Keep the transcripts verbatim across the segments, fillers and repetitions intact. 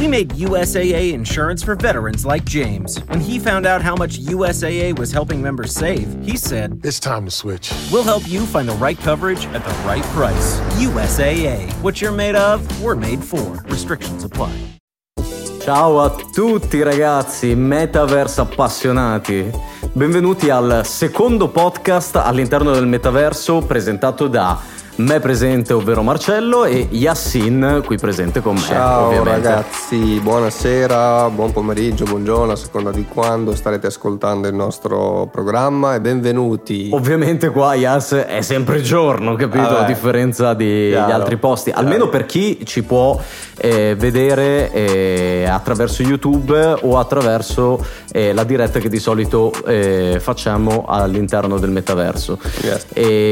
We made U S A A insurance for veterans like James. When he found out how much U S A A was helping members save, he said, "It's time to switch. We'll help you find the right coverage at the right price. U S A A. What you're made of, we're made for. Restrictions apply." Ciao a tutti ragazzi, metaverse appassionati. Benvenuti al secondo podcast all'interno del metaverso presentato da me presente, ovvero Marcello, e Yassin qui presente con me. Ciao ovviamente. Ragazzi, buonasera, buon pomeriggio, buongiorno, a seconda di quando starete ascoltando il nostro programma, e benvenuti. Ovviamente qua Yas è sempre giorno, capito? Vabbè, a differenza degli altri posti, chiaro. Almeno per chi ci può eh, vedere eh, attraverso YouTube o attraverso eh, la diretta che di solito eh, facciamo all'interno del metaverso. Yes.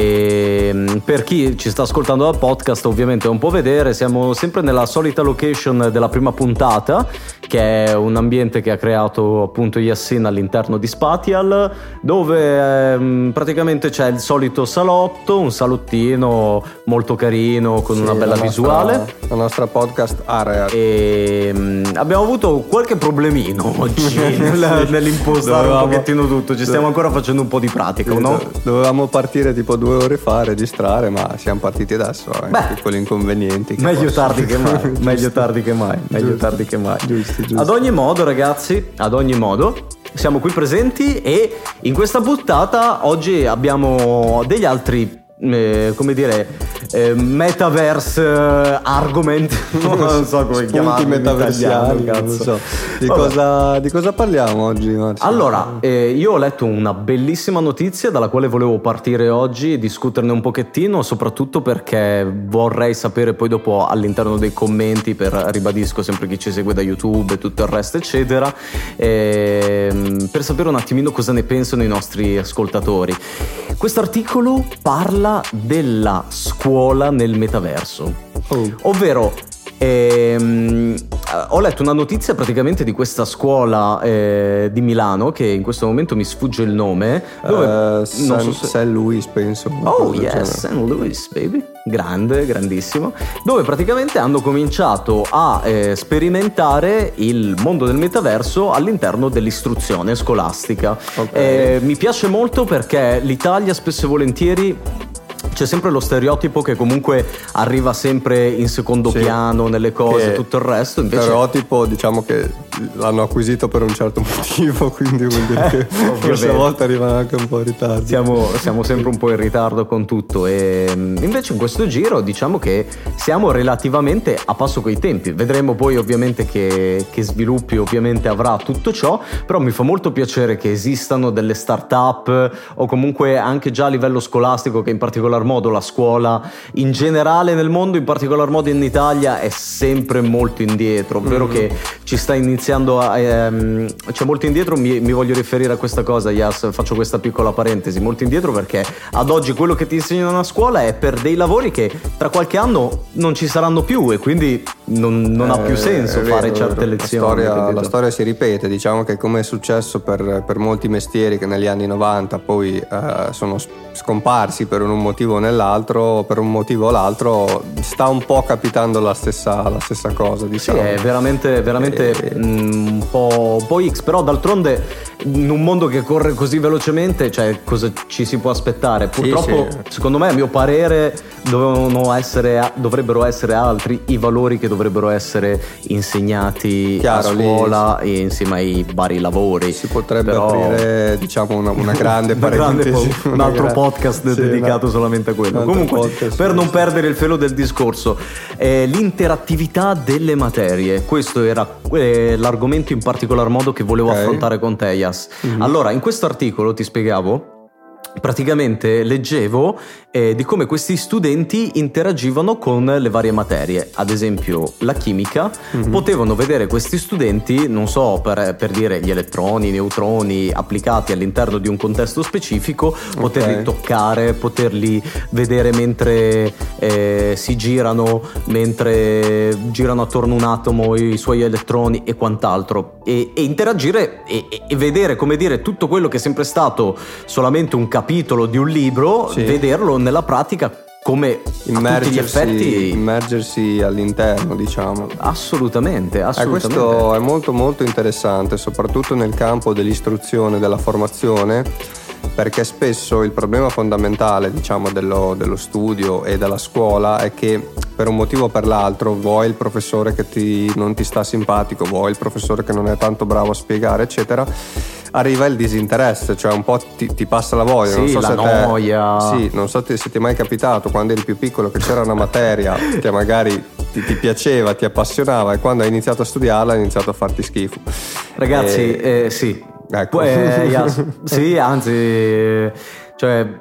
E per chi ci sta ascoltando dal podcast ovviamente non può vedere, siamo sempre nella solita location della prima puntata, che è un ambiente che ha creato appunto Yassin all'interno di Spatial, dove ehm, praticamente c'è il solito salotto, un salottino molto carino con sì, una bella la nostra, visuale, la nostra podcast area. E um, abbiamo avuto qualche problemino oggi nel, nell'impostare Dovevamo, un pochettino tutto, ci stiamo ancora facendo un po' di pratica, sì, no? Dovevamo partire tipo due ore fa a registrare, ma siamo partiti adesso, eh, Beh, piccoli inconvenienti. Meglio tardi che mai, meglio tardi che mai, meglio giusto, tardi che mai. Giusto, giusto. Ad ogni modo, ragazzi, ad ogni modo, siamo qui presenti e in questa puntata oggi abbiamo degli altri, eh, come dire, eh, metaverse eh, argument, non so come chiamarli, metaversiali, cazzo. non so. Di cosa, di cosa parliamo oggi, Marcio? Allora, eh, io ho letto una bellissima notizia dalla quale volevo partire oggi e discuterne un pochettino, soprattutto perché vorrei sapere poi dopo all'interno dei commenti, per ribadisco sempre chi ci segue da YouTube e tutto il resto eccetera, ehm, per sapere un attimino cosa ne pensano i nostri ascoltatori. Questo articolo parla della scuola nel metaverso, oh. ovvero ehm, ho letto una notizia praticamente di questa scuola eh, di Milano, che in questo momento mi sfugge il nome, dove uh, San, so se... Saint Louis penso. Oh yes, Saint Louis baby, grande, grandissimo, dove praticamente hanno cominciato a eh, sperimentare il mondo del metaverso all'interno dell'istruzione scolastica. Okay. Eh, mi piace molto perché l'Italia spesso e volentieri c'è sempre lo stereotipo che comunque arriva sempre in secondo sì, piano nelle cose, tutto il resto. Invece stereotipo, diciamo che l'hanno acquisito per un certo motivo, quindi vuol dire che eh, forse a volte arrivano anche un po' in ritardo. Siamo, siamo sempre un po' in ritardo con tutto, e invece in questo giro diciamo che siamo relativamente a passo coi tempi. Vedremo poi ovviamente che, che sviluppi ovviamente avrà tutto ciò, però mi fa molto piacere che esistano delle start-up o comunque anche già a livello scolastico, che in particolar modo la scuola in generale nel mondo, in particolar modo in Italia, è sempre molto indietro, ovvero mm-hmm. che ci sta iniziando a ehm, cioè molto indietro. mi, mi voglio riferire a questa cosa, Yas, faccio questa piccola parentesi, molto indietro perché ad oggi quello che ti insegnano a scuola è per dei lavori che tra qualche anno non ci saranno più, e quindi non, non eh, ha più senso vero, fare certe lezioni. La storia, la storia si ripete, diciamo che come è successo per, per molti mestieri che negli anni novanta poi eh, sono scomparsi per un motivo o nell'altro, per un motivo o l'altro, sta un po' capitando la stessa, la stessa cosa, diciamo. Sì, è veramente, veramente e... un po', un po' X, però d'altronde in un mondo che corre così velocemente, cioè cosa ci si può aspettare? Purtroppo, sì, sì. secondo me, a mio parere, dovevano essere, dovrebbero essere altri i valori che dovrebbero essere insegnati Chiaro, a scuola lì, e insieme ai vari lavori. Si potrebbe però... aprire, diciamo, una, una grande parentesi, grande, un altro grande... podcast sì, dedicato no. solamente a quello. Comunque, per non perdere il filo del discorso, eh, l'interattività delle materie, questo era eh, l'argomento in particolar modo che volevo okay. affrontare con te, Yas. Mm-hmm. Allora, in questo articolo ti spiegavo, praticamente leggevo eh, di come questi studenti interagivano con le varie materie. Ad esempio la chimica, mm-hmm. potevano vedere questi studenti, non so, per, per dire gli elettroni, i neutroni applicati all'interno di un contesto specifico, okay. poterli toccare, poterli vedere mentre eh, si girano, mentre girano attorno un atomo i suoi elettroni e quant'altro, e, e interagire e, e vedere, come dire, tutto quello che è sempre stato solamente un capitolo di un libro, sì. vederlo nella pratica come a tutti gli effetti immergersi all'interno, diciamo. Assolutamente, assolutamente. Eh, questo è molto molto interessante, soprattutto nel campo dell'istruzione, della formazione, perché spesso il problema fondamentale, diciamo, dello, dello studio e della scuola è che per un motivo o per l'altro, vuoi il professore che ti, non ti sta simpatico, vuoi il professore che non è tanto bravo a spiegare, eccetera, arriva il disinteresse, cioè un po' ti, ti passa la voglia. Sì, non so la se noia. Te, sì, non so se ti è mai capitato quando eri più piccolo che c'era una materia che magari ti, ti piaceva, ti appassionava, e quando hai iniziato a studiarla hai iniziato a farti schifo. Ragazzi, e... eh, sì. Ecco. Eh, yes. Sì, anzi, cioè,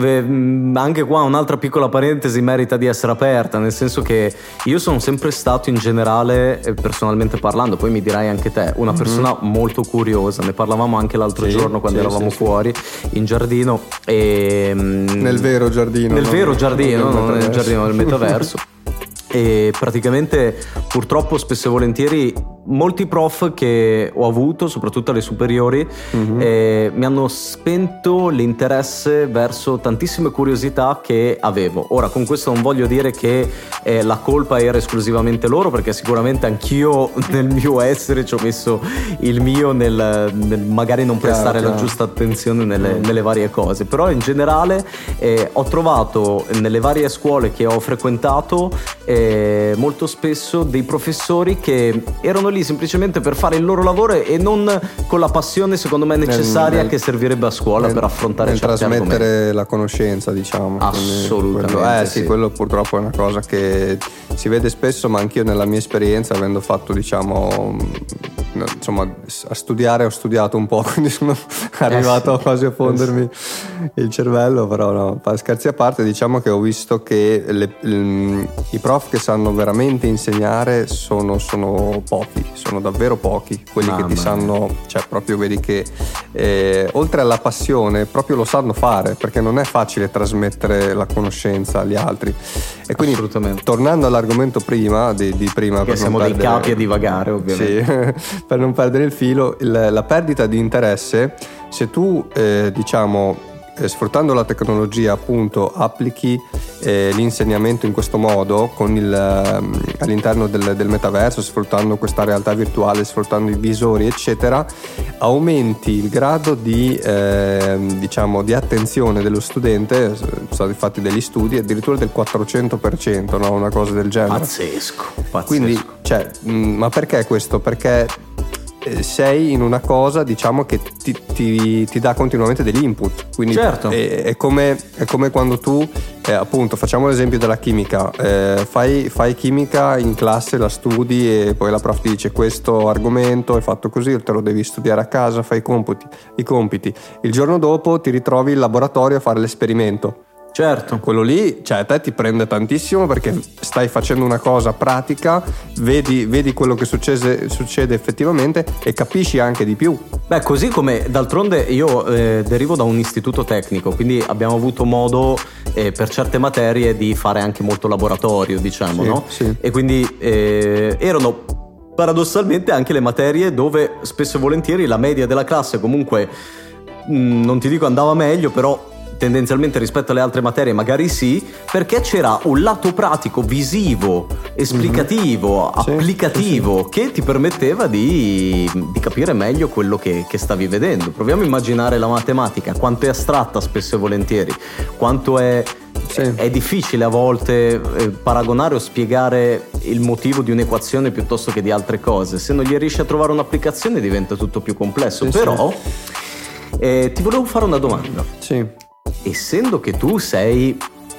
anche qua un'altra piccola parentesi merita di essere aperta, nel senso che io sono sempre stato in generale, personalmente parlando, poi mi dirai anche te, una persona mm-hmm. molto curiosa. Ne parlavamo anche l'altro sì, giorno quando sì, eravamo sì, fuori sì. in giardino e, nel vero giardino nel no? vero giardino non nel giardino del metaverso. E praticamente purtroppo spesso e volentieri molti prof che ho avuto, soprattutto alle superiori, mm-hmm. eh, mi hanno spento l'interesse verso tantissime curiosità che avevo. Ora, con questo non voglio dire che eh, la colpa era esclusivamente loro, perché sicuramente anch'io nel mio essere ci ho messo il mio nel, nel magari non prestare chiaro, la giusta attenzione nelle, mm. nelle varie cose. Però in generale eh, ho trovato nelle varie scuole che ho frequentato eh, molto spesso dei professori che erano lì semplicemente per fare il loro lavoro e non con la passione secondo me necessaria nel, nel, che servirebbe a scuola nel, per affrontare nel certi trasmettere argomenti. La conoscenza, diciamo. Assolutamente quello, eh sì. sì, quello purtroppo è una cosa che si vede spesso, ma anch'io nella mia esperienza, avendo fatto, diciamo, insomma, a studiare ho studiato un po', quindi sono arrivato eh sì. quasi a fondermi eh sì. il cervello, però no, scherzi a parte, diciamo che ho visto che le, le, i prof che sanno veramente insegnare sono, sono pochi, sono davvero pochi quelli Mamma. che ti sanno, cioè proprio vedi che eh, oltre alla passione proprio lo sanno fare, perché non è facile trasmettere la conoscenza agli altri. E quindi tornando all'argomento prima di, di prima, che siamo dei perdere, capi a divagare ovviamente sì, per non perdere il filo, il, la perdita di interesse, se tu eh, diciamo eh, sfruttando la tecnologia appunto applichi eh, l'insegnamento in questo modo con il, eh, all'interno del, del metaverso, sfruttando questa realtà virtuale, sfruttando i visori eccetera, aumenti il grado di eh, diciamo di attenzione dello studente. Sono stati fatti degli studi addirittura del quattrocento per cento, no? Una cosa del genere. Pazzesco, pazzesco. Quindi cioè, mh, ma perché questo? Perché sei in una cosa, diciamo, che ti, ti, ti dà continuamente degli input, quindi certo. è, è, come, è come quando tu eh, appunto facciamo l'esempio della chimica, eh, fai, fai chimica in classe, la studi e poi la prof ti dice questo argomento è fatto così, te lo devi studiare a casa, fai i compiti, i compiti il giorno dopo ti ritrovi in laboratorio a fare l'esperimento. Certo. Quello lì, cioè a te ti prende tantissimo perché stai facendo una cosa pratica, vedi, vedi quello che succede, succede effettivamente e capisci anche di più. Beh, così come d'altronde io eh, derivo da un istituto tecnico, quindi abbiamo avuto modo eh, per certe materie di fare anche molto laboratorio, diciamo, sì, no? Sì. E quindi eh, erano paradossalmente anche le materie dove spesso e volentieri la media della classe comunque mh, non ti dico andava meglio, però tendenzialmente rispetto alle altre materie magari sì, perché c'era un lato pratico, visivo, esplicativo, mm-hmm. applicativo sì, sì. che ti permetteva di, di capire meglio quello che, che stavi vedendo. Proviamo a immaginare la matematica, quanto è astratta spesso e volentieri, quanto è, sì. è, è difficile a volte eh, paragonare o spiegare il motivo di un'equazione piuttosto che di altre cose. Se non gli riesci a trovare un'applicazione diventa tutto più complesso, sì, però sì. Eh, ti volevo fare una domanda. Sì. Essendo che tu sei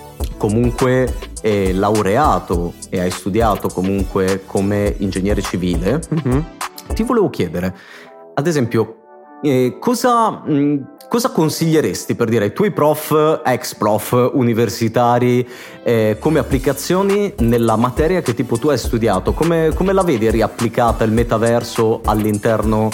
comunque eh, laureato e hai studiato comunque come ingegnere civile, mm-hmm. ti volevo chiedere, ad esempio, eh, cosa, mh, cosa consiglieresti per dire ai tuoi prof, ex prof universitari, eh, come applicazioni nella materia che tipo tu hai studiato? Come, come la vedi riapplicata il metaverso all'interno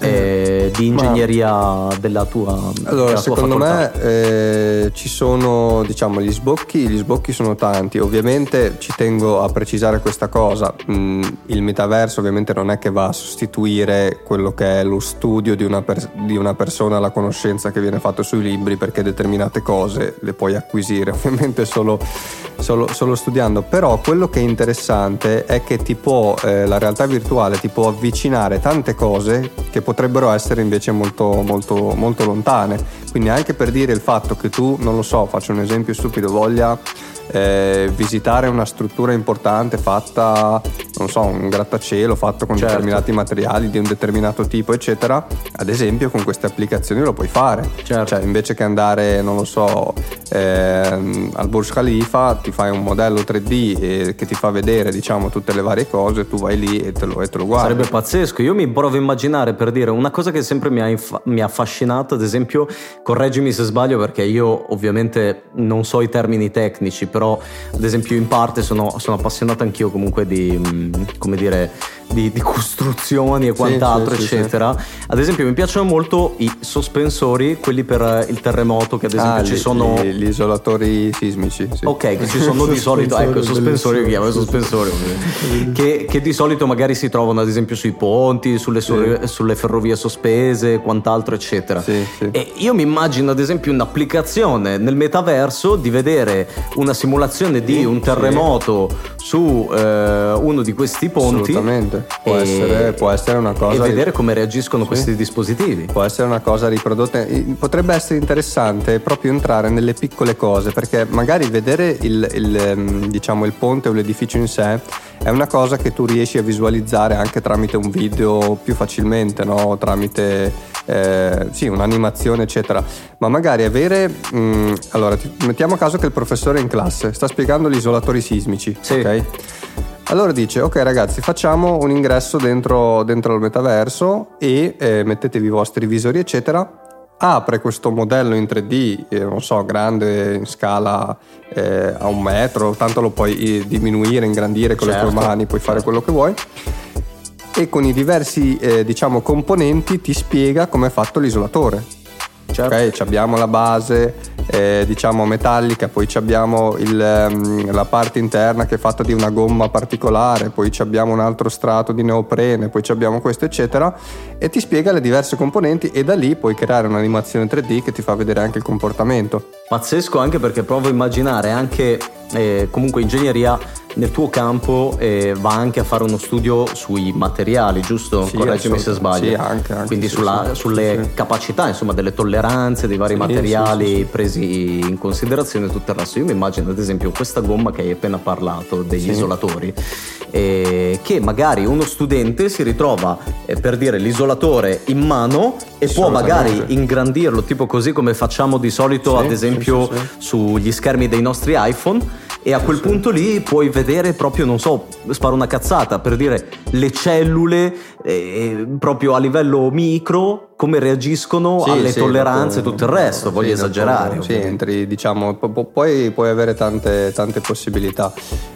eh, di ingegneria Ma, della tua allora della secondo tua me eh, ci sono, diciamo, gli sbocchi gli sbocchi sono tanti. Ovviamente ci tengo a precisare questa cosa, mm, il metaverso ovviamente non è che va a sostituire quello che è lo studio di una persona per, di una persona la conoscenza che viene fatta sui libri, perché determinate cose le puoi acquisire ovviamente solo, solo, solo studiando. Però quello che è interessante è che ti può, eh, la realtà virtuale ti può avvicinare tante cose che potrebbero essere invece molto, molto, molto lontane. Quindi anche per dire il fatto che tu, non lo so, faccio un esempio stupido, voglia Eh, visitare una struttura importante fatta, non so, un grattacielo fatto con certo. determinati materiali di un determinato tipo, eccetera, ad esempio con queste applicazioni lo puoi fare. Certo. Cioè, invece che andare, non lo so, ehm, al Burj Khalifa, ti fai un modello tre D eh, che ti fa vedere, diciamo, tutte le varie cose, tu vai lì e te lo, e te lo guardi. Sarebbe pazzesco. Io mi provo a immaginare, per dire, una cosa che sempre mi ha, inf- mi ha affascinato, ad esempio, correggimi se sbaglio perché io ovviamente non so i termini tecnici, però ad esempio in parte sono, sono appassionato anch'io comunque di, come dire, di, di costruzioni e quant'altro, sì, sì, eccetera. Sì, sì. Ad esempio mi piacciono molto i sospensori, quelli per il terremoto, che ad esempio ah, ci gli, sono gli, gli isolatori sismici, sì. Ok, che ci sono di solito, ecco, sospensori, io chiamo sospensori che, che di solito magari si trovano ad esempio sui ponti, sulle, sì. sulle, sulle ferrovie sospese, quant'altro, eccetera. Sì, sì. E io mi immagino ad esempio un'applicazione nel metaverso di vedere una simulazione di un terremoto sì. su eh, uno di questi ponti. Assolutamente. Può, e, essere, può essere una cosa. E vedere come reagiscono sì. questi dispositivi. Può essere una cosa riprodotta. Potrebbe essere interessante proprio entrare nelle piccole cose, perché magari vedere il, il, diciamo, il ponte o l'edificio in sé è una cosa che tu riesci a visualizzare anche tramite un video più facilmente, no? Tramite eh, sì, un'animazione, eccetera. Ma magari avere mh, allora ti, mettiamo caso che il professore in classe sta spiegando gli isolatori sismici, sì. ok? Allora dice, ok ragazzi, facciamo un ingresso dentro, dentro il metaverso e eh, mettetevi i vostri visori, eccetera. Apre questo modello in tre D, eh, non so, grande, in scala eh, a un metro, tanto lo puoi diminuire, ingrandire con certo. le tue mani, puoi fare quello che vuoi. E con i diversi, eh, diciamo, componenti ti spiega come è fatto l'isolatore. Certo. Ok, abbiamo la base, eh, diciamo metallica, poi abbiamo il, um, la parte interna che è fatta di una gomma particolare, poi abbiamo un altro strato di neoprene, poi abbiamo questo, eccetera, e ti spiega le diverse componenti e da lì puoi creare un'animazione tre D che ti fa vedere anche il comportamento. Pazzesco, anche perché provo a immaginare anche eh, comunque ingegneria nel tuo campo eh, va anche a fare uno studio sui materiali, giusto? Sì, correggimi se sbaglio. Sì, anche, anche quindi sì, sulla, sì, sulle sì. capacità, insomma, delle tolleranze dei vari sì, materiali sì, sì, presi in considerazione e tutto il resto. Io mi immagino ad esempio questa gomma che hai appena parlato degli sì. isolatori, eh, che magari uno studente si ritrova eh, per dire l'isolatore in mano e può magari ingrandirlo, tipo così come facciamo di solito sì, ad esempio sì, sì, sì. sugli schermi dei nostri iPhone. E a quel sì. punto lì puoi vedere proprio, non so, sparo una cazzata, per dire le cellule eh, proprio a livello micro come reagiscono sì, alle sì, tolleranze e tutto il resto, voglio sì, esagerare. Sì, entri, diciamo, poi puoi avere tante, tante possibilità.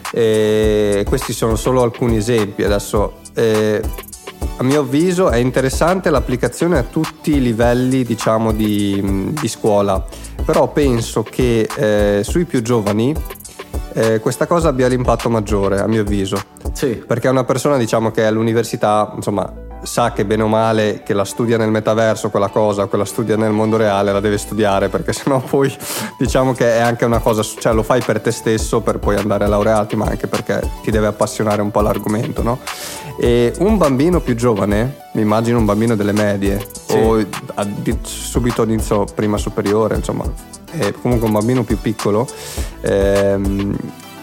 E questi sono solo alcuni esempi. Adesso, eh, a mio avviso, è interessante l'applicazione a tutti i livelli, diciamo, di, di scuola, però penso che eh, sui più giovani Eh, questa cosa abbia l'impatto maggiore, a mio avviso. Sì. Perché una persona, diciamo, che è all'università, insomma, sa che bene o male che la studia nel metaverso quella cosa, quella studia nel mondo reale, la deve studiare, perché sennò poi diciamo che è anche una cosa, cioè lo fai per te stesso per poi andare a laurearti, ma anche perché ti deve appassionare un po' l'argomento, no? E un bambino più giovane, mi immagino un bambino delle medie sì. o a, di, subito inizio prima superiore, insomma, e comunque un bambino più piccolo, ehm,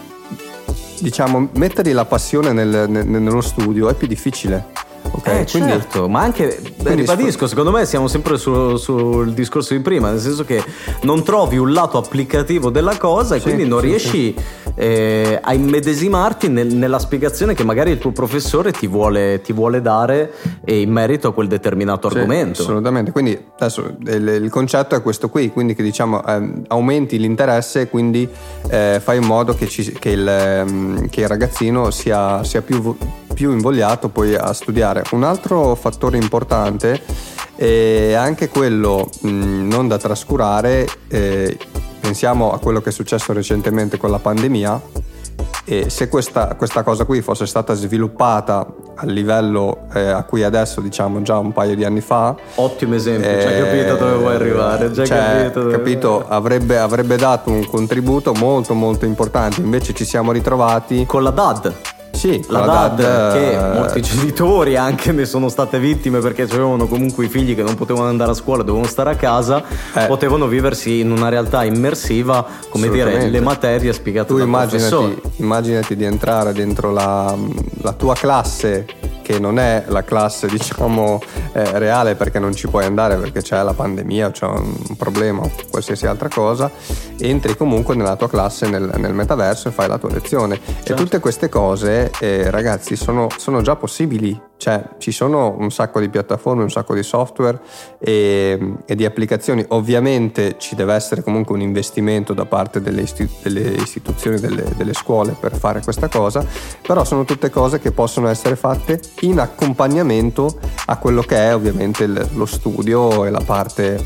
diciamo, mettergli la passione nel, nel, nello studio è più difficile. Okay, eh, quindi, certo, ma anche beh, ribadisco, secondo me siamo sempre su, sul discorso di prima, nel senso che non trovi un lato applicativo della cosa e sì, quindi non sì, riesci sì. Eh, a immedesimarti nel, nella spiegazione che magari il tuo professore ti vuole, ti vuole dare in merito a quel determinato sì, argomento. Assolutamente, quindi adesso il, il concetto è questo qui, quindi che diciamo eh, aumenti l'interesse e quindi eh, fai in modo che, ci, che, il, che il ragazzino sia, sia più, più invogliato poi a studiare. Un altro fattore importante è anche quello mh, non da trascurare, eh, pensiamo a quello che è successo recentemente con la pandemia, e se questa, questa cosa qui fosse stata sviluppata al livello eh, a cui adesso, diciamo già un paio di anni fa, ottimo esempio, eh, già capito dove vuoi arrivare, già cioè, capito, dove capito vuoi. Avrebbe, avrebbe dato un contributo molto molto importante. Invece ci siamo ritrovati con la D A D. Sì, la D A D, D A D che molti genitori anche ne sono state vittime, perché avevano comunque i figli che non potevano andare a scuola, dovevano stare a casa, eh. potevano viversi in una realtà immersiva, come dire, le materie spiegate tu dal immaginati, professore. Immaginati di entrare dentro la, la tua classe, che non è la classe diciamo eh, reale, perché non ci puoi andare perché c'è la pandemia o c'è un problema o qualsiasi altra cosa, entri comunque nella tua classe nel, nel metaverso e fai la tua lezione. Certo. E tutte queste cose eh, ragazzi sono, sono già possibili, cioè ci sono un sacco di piattaforme, un sacco di software e, e di applicazioni. Ovviamente ci deve essere comunque un investimento da parte delle, istitu- delle istituzioni, delle, delle scuole per fare questa cosa, però sono tutte cose che possono essere fatte in accompagnamento a quello che è ovviamente il, lo studio e la parte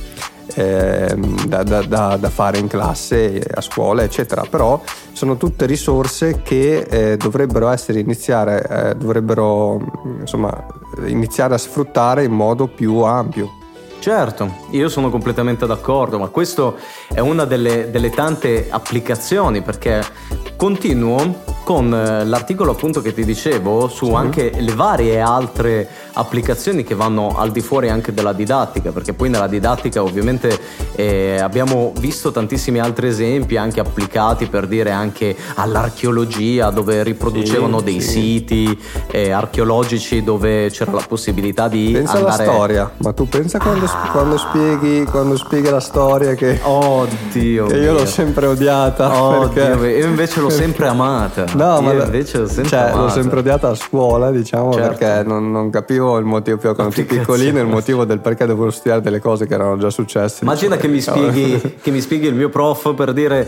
eh, da, da, da, da fare in classe, a scuola eccetera. Però sono tutte risorse che eh, dovrebbero essere iniziare eh, dovrebbero insomma iniziare a sfruttare in modo più ampio. Certo, io sono completamente d'accordo, ma questo è una delle, delle tante applicazioni, perché continuo con l'articolo appunto che ti dicevo su sì. anche le varie altre applicazioni che vanno al di fuori anche della didattica, perché poi nella didattica ovviamente eh, abbiamo visto tantissimi altri esempi anche applicati, per dire, anche all'archeologia, dove riproducevano sì, dei sì. siti eh, archeologici dove c'era la possibilità di pensa andare... alla storia, ma tu pensa quando, ah. quando spieghi quando spieghi la storia che oddio che io l'ho sempre odiata, oh perché... Dio, io invece l'ho sempre amata. No, io ma invece l'ho sempre cioè, amata. l'ho sempre odiata a scuola, diciamo, certo. perché non, non capivo il motivo, più quando più piccolino, il motivo del perché dovevo studiare delle cose che erano già successe. Immagina che mi spieghi che mi spieghi il mio prof, per dire,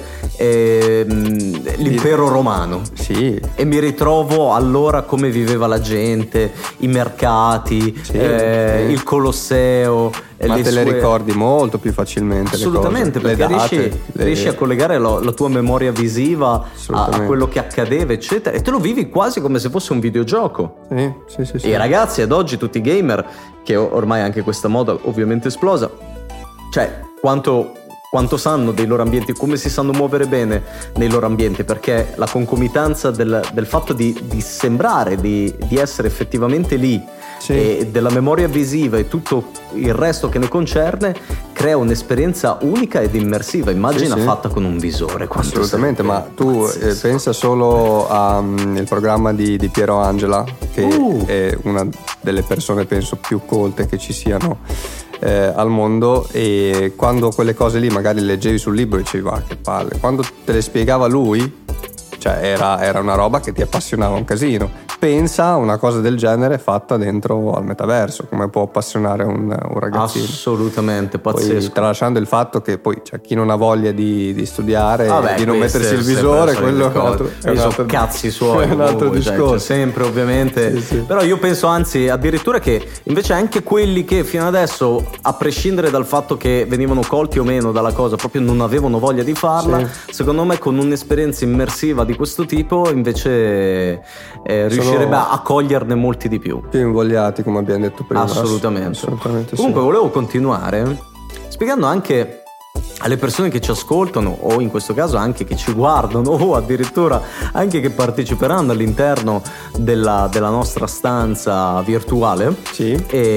eh, l'impero romano. Sì. E mi ritrovo allora come viveva la gente, i mercati, sì, eh, sì. il Colosseo. Ma te sue... le ricordi molto più facilmente. Assolutamente, le cose, perché le date, riesci, le... riesci a collegare la, la tua memoria visiva a, a quello che accadeva, eccetera, e te lo vivi quasi come se fosse un videogioco. Sì, sì, sì, sì. E i ragazzi ad oggi, tutti i gamer, che ormai anche questa moda ovviamente esplosa, cioè quanto... quanto sanno dei loro ambienti, come si sanno muovere bene nei loro ambienti, perché la concomitanza del, del fatto di, di sembrare di, di essere effettivamente lì, sì. e della memoria visiva e tutto il resto che ne concerne, crea un'esperienza unica ed immersiva. Immagina sì, sì. fatta con un visore. Assolutamente, ma tu eh, pensa solo al um, programma di, di Piero Angela, che uh. è una delle persone penso più colte che ci siano Eh, al mondo, e quando quelle cose lì magari leggevi sul libro dicevi ah che palle, quando te le spiegava lui, cioè era, era una roba che ti appassionava un casino. Pensa a una cosa del genere fatta dentro al metaverso, come può appassionare un, un ragazzino. Assolutamente, pazzesco. Poi, tralasciando il fatto che poi c'è chi non ha voglia di, di studiare, ah beh, di non mettersi il visore, quello è un altro, è un altro, cazzi suoi, è un altro uh, discorso. Cioè, sempre ovviamente. Sì, sì. Però io penso anzi addirittura che invece anche quelli che fino adesso, a prescindere dal fatto che venivano colti o meno dalla cosa, proprio non avevano voglia di farla, sì. secondo me con un'esperienza immersiva di questo tipo invece eh, riuscirebbe a coglierne molti di più. Più invogliati, come abbiamo detto prima. Assolutamente, assolutamente Comunque sì. volevo continuare spiegando anche alle persone che ci ascoltano, o in questo caso anche che ci guardano, o addirittura anche che parteciperanno all'interno della, della nostra stanza virtuale, sì.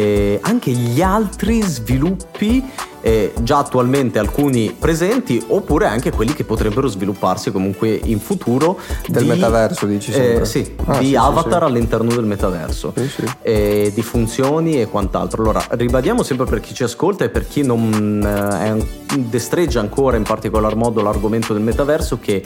e anche gli altri sviluppi eh, già attualmente alcuni presenti, oppure anche quelli che potrebbero svilupparsi comunque in futuro del di, metaverso, dici sempre. Eh, sì, ah, di sì, avatar sì, sì. all'interno del metaverso, sì, sì. E di funzioni e quant'altro. Allora ribadiamo sempre per chi ci ascolta e per chi non eh, destreggia ancora in particolar modo l'argomento del metaverso, che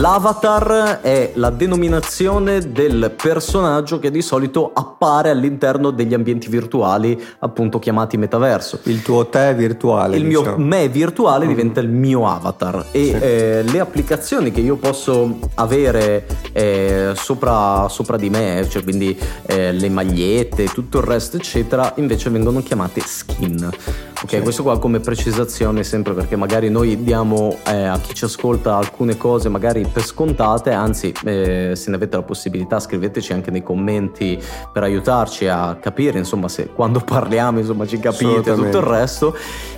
l'avatar è la denominazione del personaggio che di solito appare all'interno degli ambienti virtuali, appunto chiamati metaverso. Il tuo te virtuale. Il diciamo. mio me virtuale mm. diventa il mio avatar, e sì. eh, le applicazioni che io posso avere eh, sopra, sopra di me, cioè quindi eh, le magliette e tutto il resto eccetera, invece vengono chiamate skin. Ok, sì. Questo qua come precisazione sempre, perché magari noi diamo eh, a chi ci ascolta alcune cose magari per scontate, anzi eh, se ne avete la possibilità scriveteci anche nei commenti per aiutarci a capire, insomma, se quando parliamo insomma ci capite tutto il resto.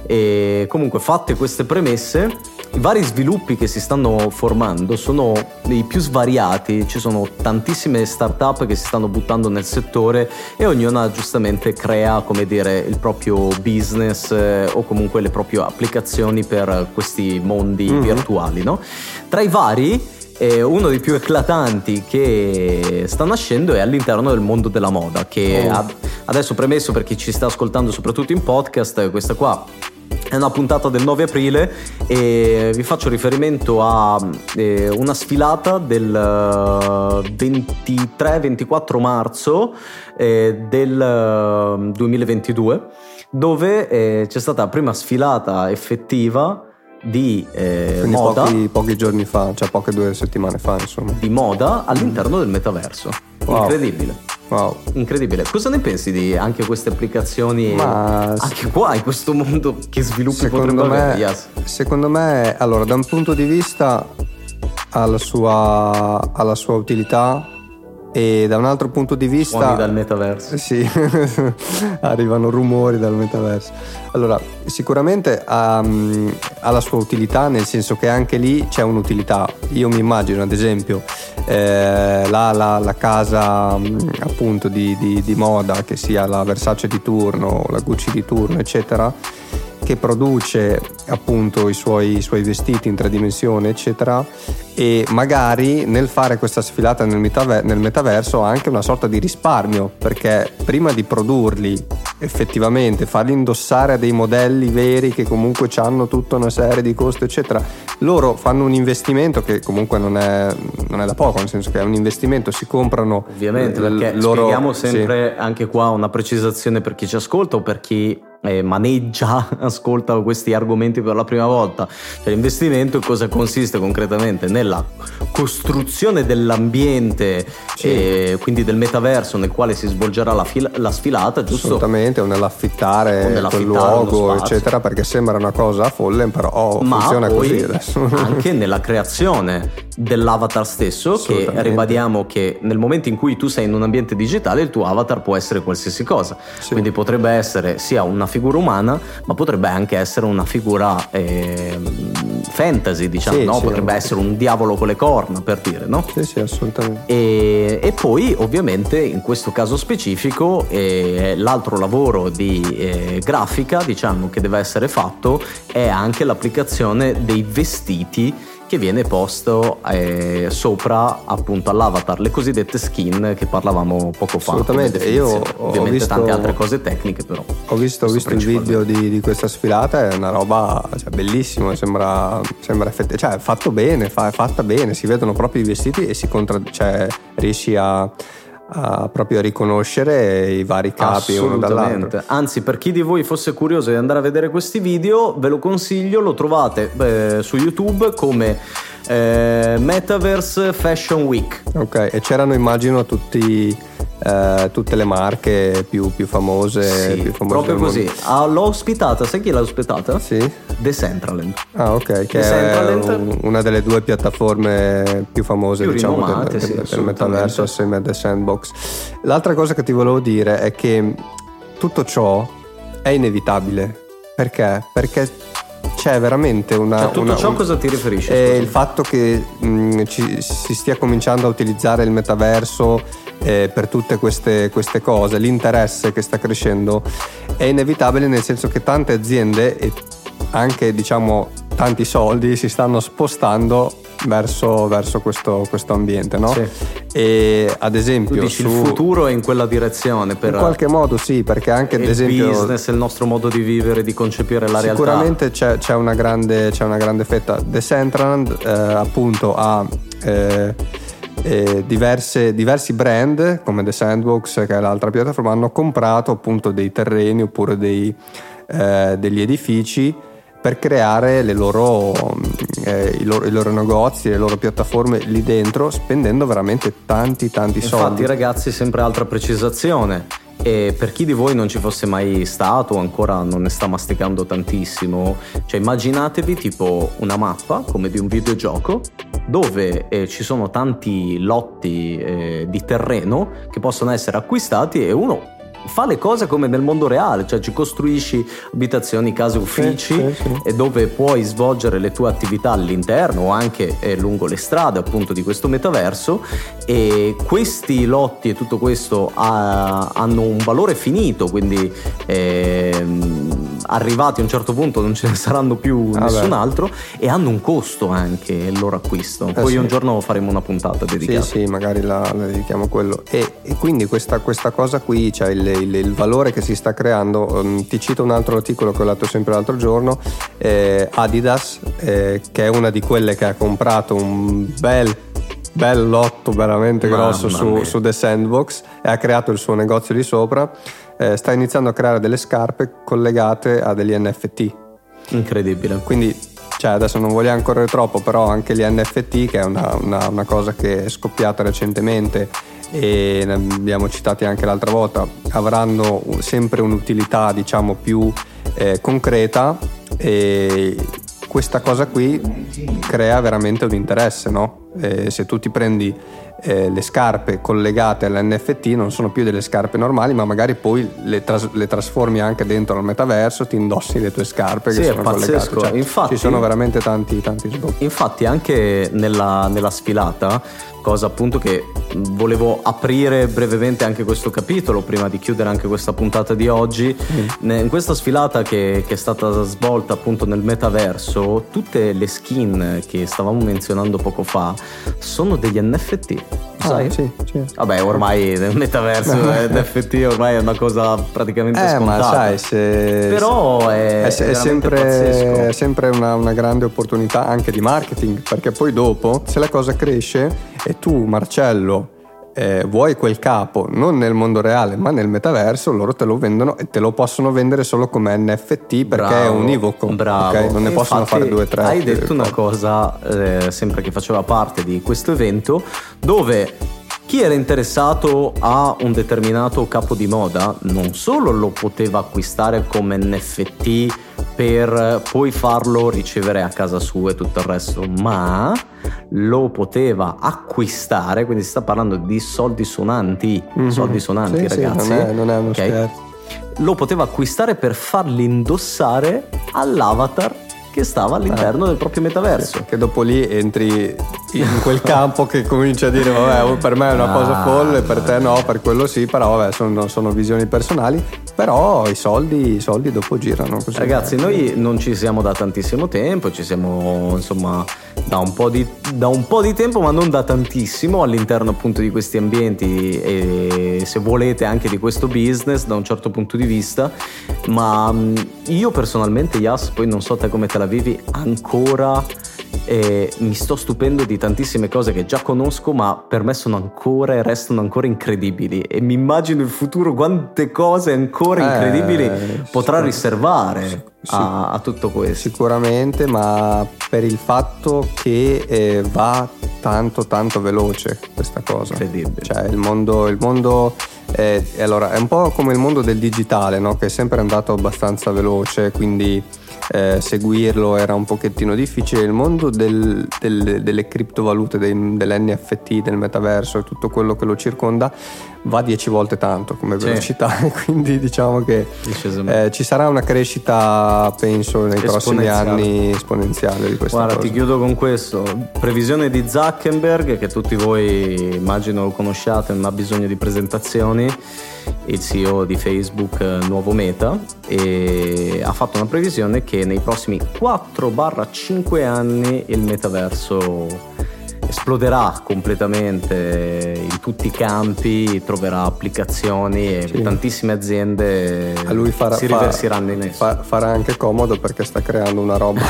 E comunque, fatte queste premesse, i vari sviluppi che si stanno formando sono i più svariati, ci sono tantissime start-up che si stanno buttando nel settore e ognuna giustamente crea, come dire, il proprio business eh, o comunque le proprie applicazioni per questi mondi mm-hmm. virtuali, no? Tra i vari, eh, uno dei più eclatanti che sta nascendo è all'interno del mondo della moda, che oh. ad, adesso premesso per chi ci sta ascoltando soprattutto in podcast, questa qua è una puntata del nove aprile e vi faccio riferimento a eh, una sfilata del ventitré ventiquattro marzo eh, del duemilaventidue, dove eh, c'è stata la prima sfilata effettiva di eh, moda pochi, pochi giorni fa, cioè poche due settimane fa, insomma, di moda all'interno del metaverso. Wow. Incredibile. Wow. Incredibile. Cosa ne pensi di anche queste applicazioni? Ma anche qua in questo mondo che sviluppi potrebbe me, avere? Yes. Secondo me, allora, da un punto di vista ha la sua, ha la sua utilità, e da un altro punto di vista suoni dal metaverso. Sì, arrivano rumori dal metaverso. Allora, sicuramente ha, ha la sua utilità, nel senso che anche lì c'è un'utilità. Io mi immagino, ad esempio, eh, la, la, la casa appunto di, di, di moda, che sia la Versace di turno, la Gucci di turno, eccetera, che produce appunto i suoi, i suoi vestiti in tre dimensioni, eccetera, e magari nel fare questa sfilata nel, metaver- nel metaverso ha anche una sorta di risparmio, perché prima di produrli effettivamente, farli indossare a dei modelli veri che comunque hanno tutta una serie di costi, eccetera, loro fanno un investimento che comunque non è, non è da poco, nel senso che è un investimento, si comprano ovviamente, perché l- loro, spieghiamo sempre sì. Anche qua una precisazione per chi ci ascolta o per chi eh, maneggia, ascolta questi argomenti per la prima volta. Cioè, l'investimento cosa consiste concretamente? Nella costruzione dell'ambiente, sì. e quindi del metaverso nel quale si svolgerà la, fil- la sfilata, giusto? Assolutamente, o nell'affittare, o nell'affittare quel luogo, eccetera, perché sembra una cosa folle, però ma funziona poi così adesso. Anche nella creazione dell'avatar stesso, che ribadiamo che nel momento in cui tu sei in un ambiente digitale il tuo avatar può essere qualsiasi cosa, sì. Quindi potrebbe essere sia una figura umana, ma potrebbe anche essere una figura eh, fantasy, diciamo, sì, no? Sì, potrebbe no. essere un diavolo con le corna, per dire, no? Sì, sì, assolutamente. E, e poi ovviamente in questo caso specifico eh, l'altro lavoro di eh, grafica, diciamo, che deve essere fatto è anche l'applicazione dei vestiti che viene posto eh, sopra appunto all'avatar, le cosiddette skin che parlavamo poco fa. Assolutamente, io ho ovviamente visto, tante altre cose tecniche, però ho visto, ho visto il video di, di questa sfilata, è una roba, cioè, bellissima, sembra, sembra effetti, cioè è fatto bene, fa, è fatta bene, si vedono proprio i vestiti e si contra, cioè riesci a a proprio riconoscere i vari capi uno dall'altro. Anzi, per chi di voi fosse curioso di andare a vedere questi video, ve lo consiglio, lo trovate eh, su YouTube come eh, Metaverse Fashion Week. Ok, e c'erano, immagino, tutti eh, tutte le marche più, più famose, sì, più famose proprio del così. mondo. Ah, l'ho ospitata, sai chi l'ha ospitata? Sì. Decentraland. Ah, ok, che Decentraland è un, una delle due piattaforme più famose, più diciamo, rinomate, del, sì, del, del metaverso, assieme a The Sandbox. L'altra cosa che ti volevo dire è che tutto ciò è inevitabile. Perché? Perché c'è veramente una... Cioè, tutto una, ciò un, cosa ti riferisci? È il fatto che mh, ci, si stia cominciando a utilizzare il metaverso eh, per tutte queste, queste cose, l'interesse che sta crescendo è inevitabile, nel senso che tante aziende e anche, diciamo, tanti soldi si stanno spostando verso, verso questo, questo ambiente, no? Sì. E ad esempio tu dici su, il futuro è in quella direzione, per in qualche modo sì, perché anche ad il esempio il business, il nostro modo di vivere, di concepire la realtà. Sicuramente c'è, c'è una grande c'è una grande fetta. Decentraland eh, appunto ha eh, eh, diverse, diversi brand come The Sandbox, che è l'altra piattaforma, hanno comprato appunto dei terreni oppure dei, eh, degli edifici per creare le loro, eh, i, loro, i loro negozi, le loro piattaforme lì dentro, spendendo veramente tanti tanti Infatti, soldi. Infatti, ragazzi, sempre altra precisazione: E per chi di voi non ci fosse mai stato o ancora non ne sta masticando tantissimo, cioè immaginatevi tipo una mappa come di un videogioco dove eh, ci sono tanti lotti eh, di terreno che possono essere acquistati e uno fa le cose come nel mondo reale, cioè ci costruisci abitazioni, case, uffici, sì, sì, sì. E dove puoi svolgere le tue attività all'interno o anche eh, lungo le strade appunto di questo metaverso, e questi lotti e tutto questo ha, hanno un valore finito, quindi eh, arrivati a un certo punto non ce ne saranno più ah nessun beh. altro, e hanno un costo anche il loro acquisto. Eh poi sì. un giorno faremo una puntata dedicata. Sì, sì, magari la, la dedichiamo a quello. E, e quindi questa, questa cosa qui, cioè il Il, il valore che si sta creando. Um, ti cito un altro articolo che ho letto sempre l'altro giorno, eh, Adidas, eh, che è una di quelle che ha comprato un bel bel lotto veramente grosso su, su The Sandbox e ha creato il suo negozio di sopra, eh, sta iniziando a creare delle scarpe collegate a degli N F T. Incredibile. Quindi cioè adesso non vogliamo correre troppo, però anche gli N F T, che è una, una, una cosa che è scoppiata recentemente e ne abbiamo citati anche l'altra volta, avranno sempre un'utilità diciamo più eh, concreta, e questa cosa qui crea veramente un interesse, no? Eh, se tu ti prendi eh, le scarpe collegate all'N F T, non sono più delle scarpe normali, ma magari poi le, tras- le trasformi anche dentro al metaverso, ti indossi le tue scarpe sì, che sono pazzesco. collegate, cioè, infatti, ci sono veramente tanti tanti sbocchi. Infatti anche nella, nella sfilata, cosa appunto che volevo aprire brevemente anche questo capitolo prima di chiudere anche questa puntata di oggi, mm. in questa sfilata che, che è stata svolta appunto nel metaverso, tutte le skin che stavamo menzionando poco fa sono degli N F T, sai? Ah, sì, sì. Vabbè, ormai nel metaverso N F T ormai è una cosa praticamente eh, scontata, ma sai, se... però è, è, è, è sempre, è sempre una, una grande opportunità anche di marketing, perché poi dopo, se la cosa cresce e tu, Marcello, eh, vuoi quel capo non nel mondo reale ma nel metaverso, loro te lo vendono e te lo possono vendere solo come N F T, perché bravo, è univoco, bravo. Okay? Non ne infatti, possono fare due o tre. Hai detto una cosa eh, sempre che faceva parte di questo evento, dove chi era interessato a un determinato capo di moda non solo lo poteva acquistare come N F T per poi farlo ricevere a casa sua e tutto il resto, ma lo poteva acquistare, quindi si sta parlando di soldi suonanti, mm-hmm. soldi suonanti, sì, ragazzi. Sì, non è, non è uno okay? scherzo. Lo poteva acquistare per farli indossare all'avatar che stava all'interno ah, del proprio metaverso. Sì, che dopo lì entri in quel campo che comincia a dire vabbè, per me è una ah, cosa folle, per te no, per quello sì, però vabbè, sono, sono visioni personali, però i soldi, i soldi dopo girano così. Ragazzi, noi non ci siamo da tantissimo tempo, ci siamo insomma da un po' di, da un po' di tempo, ma non da tantissimo all'interno appunto di questi ambienti, e se volete anche di questo business da un certo punto di vista, ma io personalmente, Yas, poi non so te come te la vivi, ancora eh, mi sto stupendo di tantissime cose che già conosco, ma per me sono ancora e restano ancora incredibili, e mi immagino il futuro quante cose ancora incredibili eh, potrà riservare sì, a, a tutto questo. Sicuramente, ma per il fatto che eh, va tanto tanto veloce questa cosa, incredibile. Cioè il mondo, il mondo eh, allora è un po' come il mondo del digitale, no? Che è sempre andato abbastanza veloce, quindi Eh, seguirlo era un pochettino difficile. Il mondo del, del, delle criptovalute, dei, dell'N F T, del metaverso e tutto quello che lo circonda va dieci volte tanto come velocità, sì. Quindi diciamo che eh, ci sarà una crescita, penso, nei prossimi anni esponenziale di questa Guarda, cosa. Ti chiudo con questo: previsione di Zuckerberg, che tutti voi immagino lo conosciate, non ha bisogno di presentazioni, il C E O di Facebook, nuovo Meta, e ha fatto una previsione che nei prossimi quattro cinque anni il metaverso esploderà completamente in tutti i campi, troverà applicazioni e sì. tantissime aziende a lui farà, si riversiranno in esso. Fa, farà anche comodo perché sta creando una roba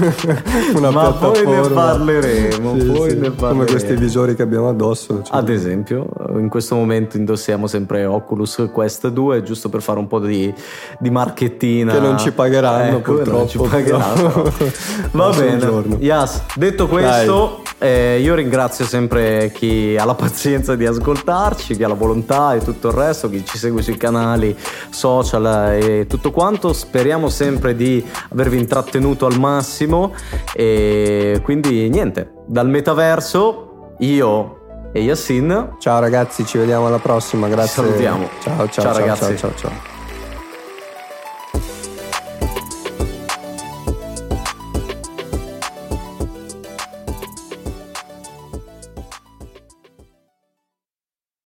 una ma poi ne parleremo, sì, poi sì. ne parleremo. Come questi visori che abbiamo addosso, cioè. Ad esempio in questo momento indossiamo sempre Oculus Quest due, giusto per fare un po' di, di marchettina, che non ci pagheranno, ecco, purtroppo non ci pagheranno. Va bene, Yas, detto questo, dai. Eh, io ringrazio sempre chi ha la pazienza di ascoltarci, chi ha la volontà e tutto il resto, chi ci segue sui canali social e tutto quanto. Speriamo sempre di avervi intrattenuto al massimo, e quindi niente, dal metaverso io e Yassin. Ciao ragazzi, ci vediamo alla prossima, grazie. Ci salutiamo. Ciao ciao ciao, ciao ragazzi. ciao ciao ciao.